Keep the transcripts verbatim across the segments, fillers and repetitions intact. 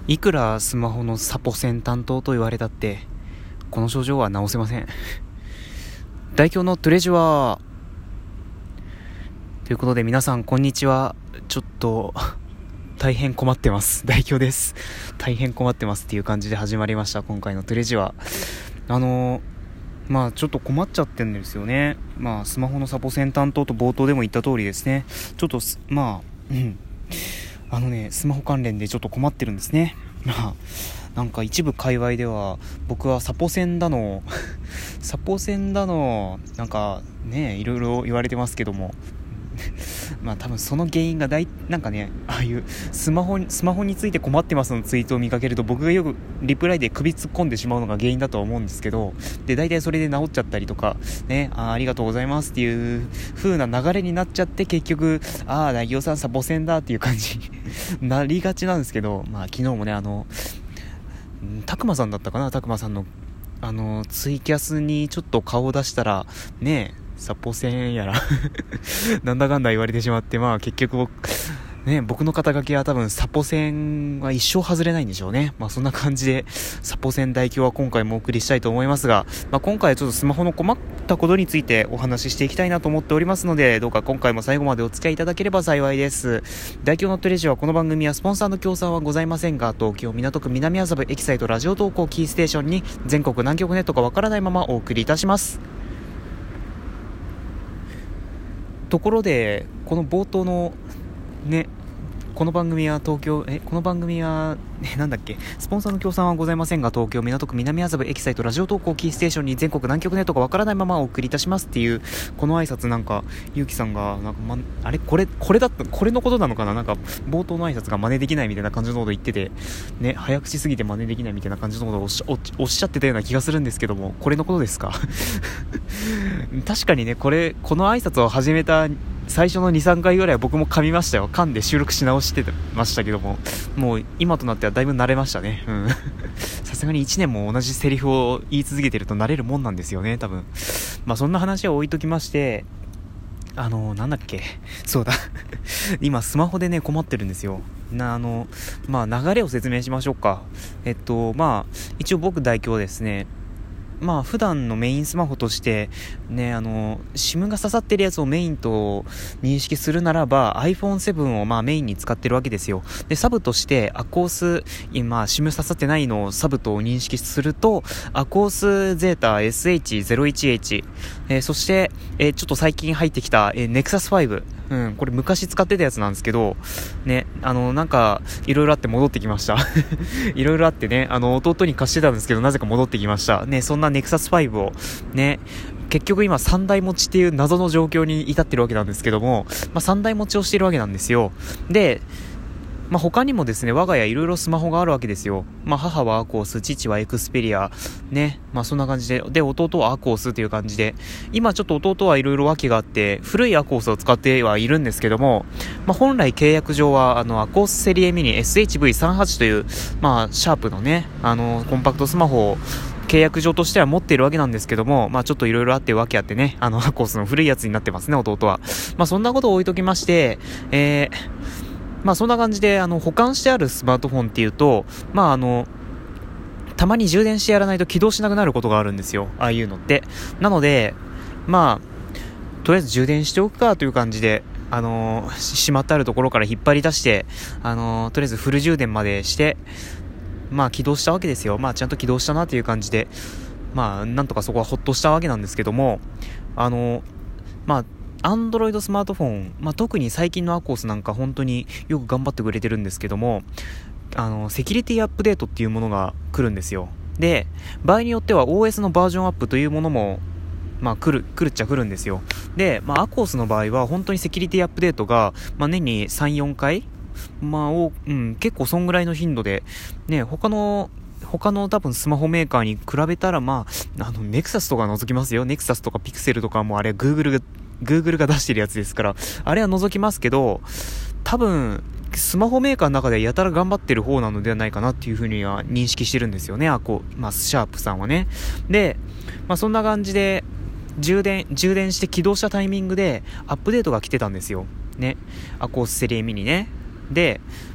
いくらスマホのサポ線担当と言われたってこの症状は治せません。代表のトレジュアーということで、皆さんこんにちは。ちょっと大変困ってます。代表です。大変困ってますっていう感じで始まりました今回のトレジュアー。あのーまあちょっと困っちゃってるんですよね。まあスマホのサポ線担当と冒頭でも言った通りですね、ちょっとまあうんあのねスマホ関連でちょっと困ってるんですね。まあなんか一部界隈では僕はサポ線だのサポ線だのなんかねいろいろ言われてますけどもまあ多分その原因が大なんかねああいうスマホスマホについて困ってますのツイートを見かけると、僕がよくリプライで首突っ込んでしまうのが原因だとは思うんですけど、で大体それで治っちゃったりとかね、あ, ありがとうございますっていう風な流れになっちゃって、結局ああ代表さんサポ線だっていう感じになりがちなんですけど、まあ昨日もねあのたくまさんだったかな、たくまさんのあのツイキャスにちょっと顔を出したらねサポ線やらなんだかんだ言われてしまって、まあ結局僕ね僕の肩書きは多分サポ線は一生外れないんでしょうね。まあそんな感じでサポ線代表は今回もお送りしたいと思いますが、まあ、今回はちょっとスマホの困ったことについてお話ししていきたいなと思っておりますので、どうか今回も最後までお付き合いいただければ幸いです。代表のトレジはこの番組はスポンサーの協賛はございませんが、東京港区南麻布エキサイトラジオ投稿キーステーションに全国何局ネットかわからないままお送りいたします。ところでこの冒頭のねこの番組は東京えこの番組はえなんだっけスポンサーの協賛はございませんが、東京港区南麻布エキサイトラジオ投稿キーステーションに全国何局ネットかわからないままお送りいたしますっていうこの挨拶、なんかゆうきさんがなんか、ま、あれこれこれだったこれのことなのかな、なんか冒頭の挨拶が真似できないみたいな感じのこと言っててね、早口すぎて真似できないみたいな感じのことをおっしゃ、おっしゃってたような気がするんですけども、これのことですか確かにね、これこの挨拶を始めた最初の にさんかいぐらいは僕も噛みましたよ。噛んで収録し直してましたけども、もう今となってはだいぶ慣れましたね。うんさすがにいちねんも同じセリフを言い続けてると慣れるもんなんですよね、多分。まあそんな話は置いときまして、あのなんだっけそうだ今スマホでね困ってるんですよ。なあのまあ流れを説明しましょうか。えっとまあ一応僕代表ですね、まあ普段のメインスマホとしてね、あの SIM が刺さってるやつをメインと認識するならば アイフォンセブン をまあメインに使ってるわけですよ。でサブとしてアコース今 SIM 刺さってないのをサブと認識するとアコースゼータ エスエイチゼロいちエイチ、えー、そして、えー、ちょっと最近入ってきた、えー、ネクサスファイブ、うん、これ昔使ってたやつなんですけどね、あのなんかいろいろあって戻ってきましたいろいろあってね、あの弟に貸してたんですけどなぜか戻ってきましたね。そんなネクサスファイブをね結局今さんだい持ちっていう謎の状況に至ってるわけなんですけども、まあ、さんだい持ちをしているわけなんですよ。でまあ、他にもですね我が家いろいろスマホがあるわけですよ。まあ、母はアコース、父はエクスペリアね、まあそんな感じで、で弟はアコースという感じで、今ちょっと弟はいろいろ訳があって古いアコースを使ってはいるんですけども、まあ、本来契約上はあのアコースセリエミニ エスエイチブイさんじゅうはち というまあシャープのねあのコンパクトスマホを契約上としては持っているわけなんですけども、まあちょっといろいろあってわけあってね、あのアコースの古いやつになってますね弟は。まあそんなことを置いときまして、えーまあそんな感じであの保管してあるスマートフォンっていうと、まああのたまに充電してやらないと起動しなくなることがあるんですよ、ああいうのって。なのでまあとりあえず充電しておくかという感じで、あのー、しまってあるところから引っ張り出して、あのー、とりあえずフル充電までしてまあ起動したわけですよ。まあちゃんと起動したなという感じで、まあなんとかそこはほっとしたわけなんですけども、あのー、まあアンドロイドスマートフォン、まあ、特に最近のアコースなんか本当によく頑張ってくれてるんですけども、あのセキュリティアップデートっていうものが来るんですよ。で場合によっては オーエス のバージョンアップというものもまあ来る来るっちゃ来るんですよ。で、まあ、アコースの場合は本当にセキュリティアップデートが、まあ、年に さん,よん 回、まあおうん、結構そんぐらいの頻度でね、他の他の多分スマホメーカーに比べたらまああのネクサスとか除きますよ。ネクサスとかピクセルとかもあれ Google がGoogle が出してるやつですから、あれは除きますけど、多分スマホメーカーの中でやたら頑張ってる方なのではないかなっていうふうには認識してるんですよね、アコ、まあ、シャープさんはね。で、まあ、そんな感じで充電充電して起動したタイミングでアップデートが来てたんですよね、アコースセリエミニね。で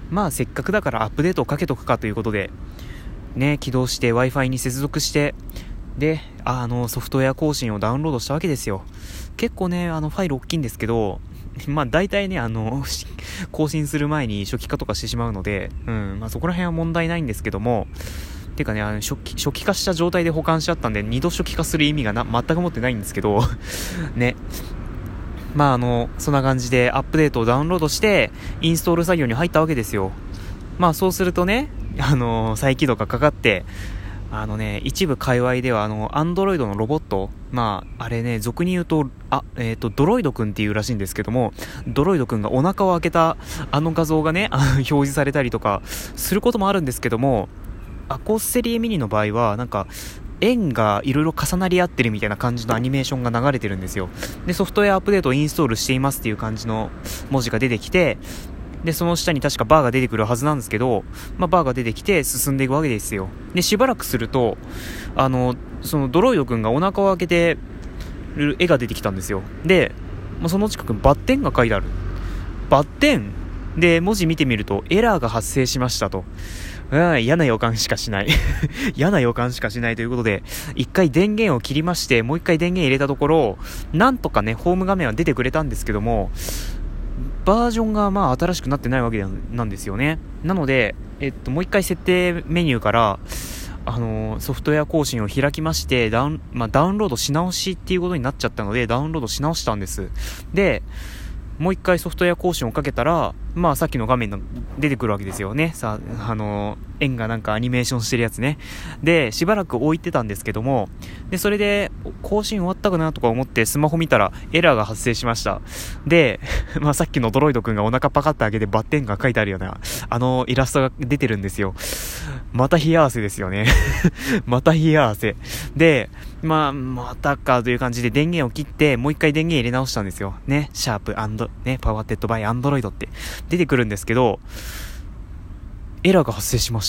まあせっかくだからアップデートをかけとくかということでね、起動して Wi-Fi に接続して、で、あのソフトウェア更新をダウンロードしたわけですよ。結構ね、あのファイル大きいんですけど、まあ大体ね、あの更新する前に初期化とかしてしまうので、うん、まあそこら辺は問題ないんですけども、てかね、あの初期初期化した状態で保管しちゃったんで、二度初期化する意味がな全く持ってないんですけどね。まああのそんな感じでアップデートをダウンロードしてインストール作業に入ったわけですよ。まあそうするとね、あの再起動がかかって、あのね、一部界隈ではあのアンドロイドのロボット、まああれね、俗に言うとあえっ、ー、とドロイドくんっていうらしいんですけども、ドロイドくんがお腹を開けたあの画像がね表示されたりとかすることもあるんですけども、アコッセリエミニの場合はなんか円がいろいろ重なり合ってるみたいな感じのアニメーションが流れてるんですよ。でソフトウェアアップデートをインストールしていますっていう感じの文字が出てきて、でその下に確かバーが出てくるはずなんですけど、まあ、バーが出てきて進んでいくわけですよ。でしばらくするとあのそのドロイドくんがお腹を開けてる絵が出てきたんですよ。で、まあ、その近くにバッテンが書いてある。バッテンで文字見てみるとエラーが発生しましたと。うん、嫌な予感しかしない嫌な予感しかしないということで、一回電源を切りまして、もう一回電源入れたところ、なんとかねホーム画面は出てくれたんですけども、バージョンがまあ新しくなってないわけなんですよね。なので、えっと、もう一回設定メニューからあのー、ソフトウェア更新を開きましてダウン、まあ、ダウンロードし直しっていうことになっちゃったので、ダウンロードし直したんです。でもう一回ソフトウェア更新をかけたら、まあさっきの画面が出てくるわけですよね。さあ、あのー、円がなんかアニメーションしてるやつね。で、しばらく置いてたんですけども、で、それで更新終わったかなとか思ってスマホ見たらエラーが発生しました。で、まあさっきのドロイドくんがお腹パカッと開けてバッテンが書いてあるような、あのイラストが出てるんですよ。また冷や汗ですよね。また冷や汗。で、まあ、またかという感じで電源を切って、もう一回電源入れ直したんですよ。ね、シャープアンド、ね、パワーテッドバイアンドロイドって出てくるんですけど、エラーが発生しました。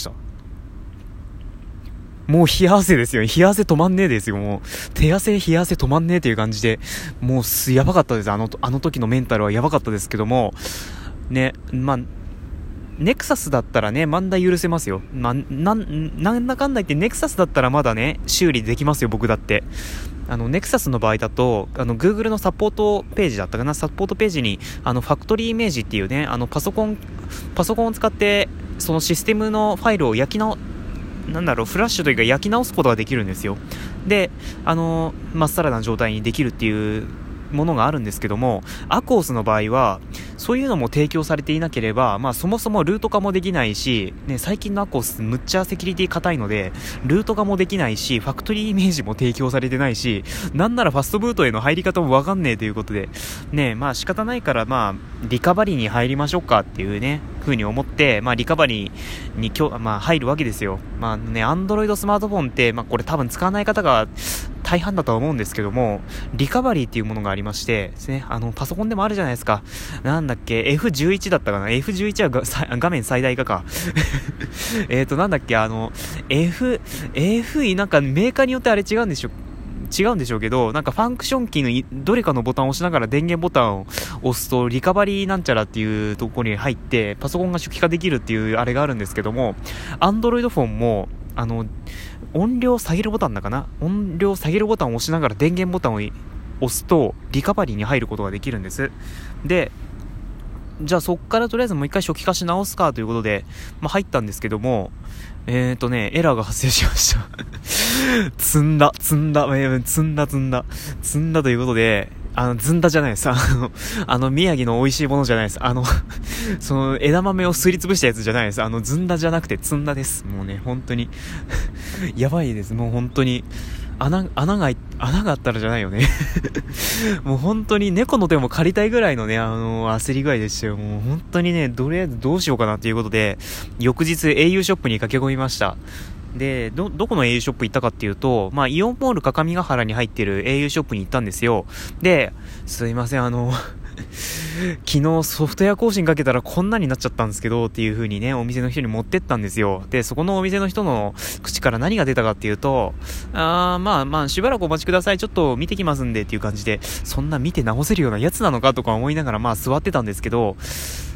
もう冷や汗ですよ。冷や汗止まんねえですよ。もう手汗冷や汗止まんねえという感じで、もうすやばかったです。あのあの時のメンタルはやばかったですけども、ね、まあネクサスだったらね、まだ許せますよ。まあ、なん、なんだかんだ言ってネクサスだったらまだね、修理できますよ、僕だって。あの、ネクサスの場合だと、あの、Google のサポートページだったかな、サポートページに、あの、ファクトリーイメージっていうね、あの、パソコン、パソコンを使って、そのシステムのファイルを焼き直、なんだろう、フラッシュというか焼き直すことができるんですよ。で、あの、まっさらな状態にできるっていうものがあるんですけども、アコースの場合はそういうのも提供されていなければ、まあそもそもルート化もできないし、ね、最近のアコースむっちゃセキュリティ硬いのでルート化もできないし、ファクトリーイメージも提供されてないし、なんならファストブートへの入り方もわかんねえということでね、まあ仕方ないから、まあリカバリーに入りましょうかっていうね風に思って、まあリカバリーにきょ、まあ、入るわけですよ。まあね、アンドロイドスマートフォンって、まあこれ多分使わない方が大半だとは思うんですけども、リカバリーっていうものがありましてですね、あのパソコンでもあるじゃないですか。なんだっけ エフじゅういち だったかな、 エフじゅういち はが画面最大化かえっとなんだっけ、あの F F なんかメーカーによってあれ違うんでしょ違うんでしょうけど、なんかファンクションキーのどれかのボタンを押しながら電源ボタンを押すとリカバリーなんちゃらっていうところに入ってパソコンが初期化できるっていうあれがあるんですけども、Android フォンもあの音量下げるボタンだかな、音量下げるボタンを押しながら電源ボタンを押すとリカバリーに入ることができるんです。で、じゃあそっからとりあえずもう一回初期化し直すかということで、まあ、入ったんですけども、えーとねエラーが発生しました積んだ積んだ、えー、積んだ積んだ積んだということで、あのずんだじゃないです、あのあの宮城の美味しいものじゃないです、あのその枝豆をすりつぶしたやつじゃないです、あのずんだじゃなくて積んだです。もうね本当にやばいです。もう本当に穴穴が穴があったらじゃないよねもう本当に猫の手も借りたいぐらいのね、あの焦り具合でしたよ。もう本当にね、とりあえずどうしようかなということで翌日 エーユー ショップに駆け込みました。で、ど、どこの エーユー ショップ行ったかっていうと、まあ、イオンモール各務原に入ってる エーユー ショップに行ったんですよ。で、すいません、あの、昨日ソフトウェア更新かけたらこんなになっちゃったんですけどっていう風にね、お店の人に持ってったんですよ。で、そこのお店の人の口から何が出たかっていうと、あー、まあまあ、しばらくお待ちください。ちょっと見てきますんでっていう感じで、そんな見て直せるようなやつなのかとか思いながら、まあ座ってたんですけど、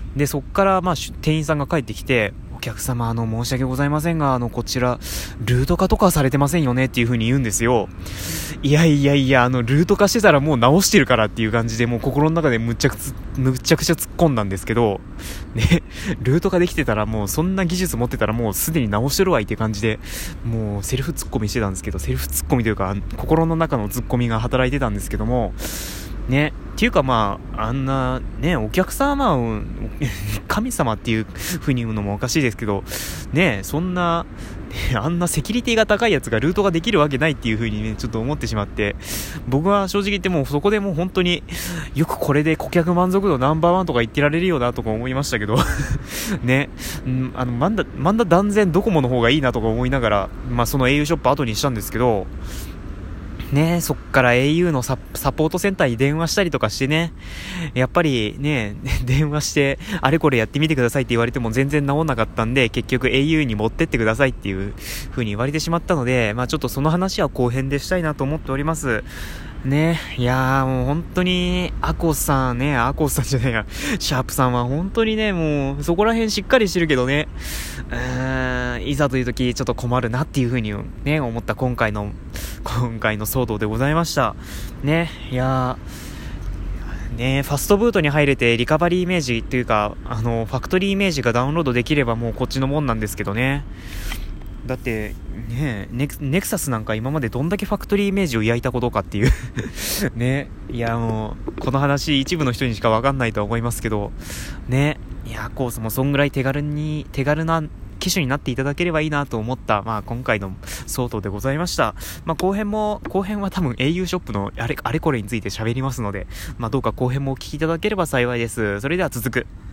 で、そっから、まあ、店員さんが帰ってきて、お客様、あの、申し訳ございませんが、あの、こちら、ルート化とかされてませんよねっていう風に言うんですよ。いやいやいや、あの、ルート化してたらもう直してるからっていう感じで、もう心の中でむっちゃくちゃ、むっちゃくちゃ突っ込んだんですけど、ね、ルート化できてたらもう、そんな技術持ってたらもうすでに直してるわいって感じで、もう、セルフ突っ込みしてたんですけど、セルフ突っ込みというか、心の中の突っ込みが働いてたんですけども、ね、っていうかまあ、あんな、ね、お客様を、神様っていう風に言うのもおかしいですけど、ね、そんな、ね、あんなセキュリティが高いやつがルートができるわけないっていう風にね、ちょっと思ってしまって、僕は正直言ってもうそこでもう本当によくこれで顧客満足度ナンバーワンとか言ってられるよなとか思いましたけどね、うん、あの、まんだ、まんだ断然ドコモの方がいいなとか思いながら、まあその au ショップ後にしたんですけど、ね、そっから au のサ、サポートセンターに電話したりとかしてね、やっぱりね、電話してあれこれやってみてくださいって言われても全然治んなかったんで、結局 au に持ってってくださいっていう風に言われてしまったので、まあちょっとその話は後編でしたいなと思っております。ね、いやーもう本当にアコさんね、アコさんじゃないや、シャープさんは本当にね、もうそこら辺しっかりしてるけどね、うーん、いざという時ちょっと困るなっていう風にね、思った今回の今回の騒動でございましたね。いやーね、ファストブートに入れてリカバリーイメージというか、あのファクトリーイメージがダウンロードできればもうこっちのもんなんですけどね。だってね、ネク、ネクサスなんか今までどんだけファクトリーイメージを焼いたことかっていうね、いやもうこの話一部の人にしか分かんないとは思いますけどね、いやコースもそんぐらい手軽に手軽な機種になっていただければいいなと思った、まあ、今回の騒動でございました。まあ、後編も後編は多分 au ショップのあれあれこれについて喋りますので、まあ、どうか後編もお聞きいただければ幸いです。それでは続く。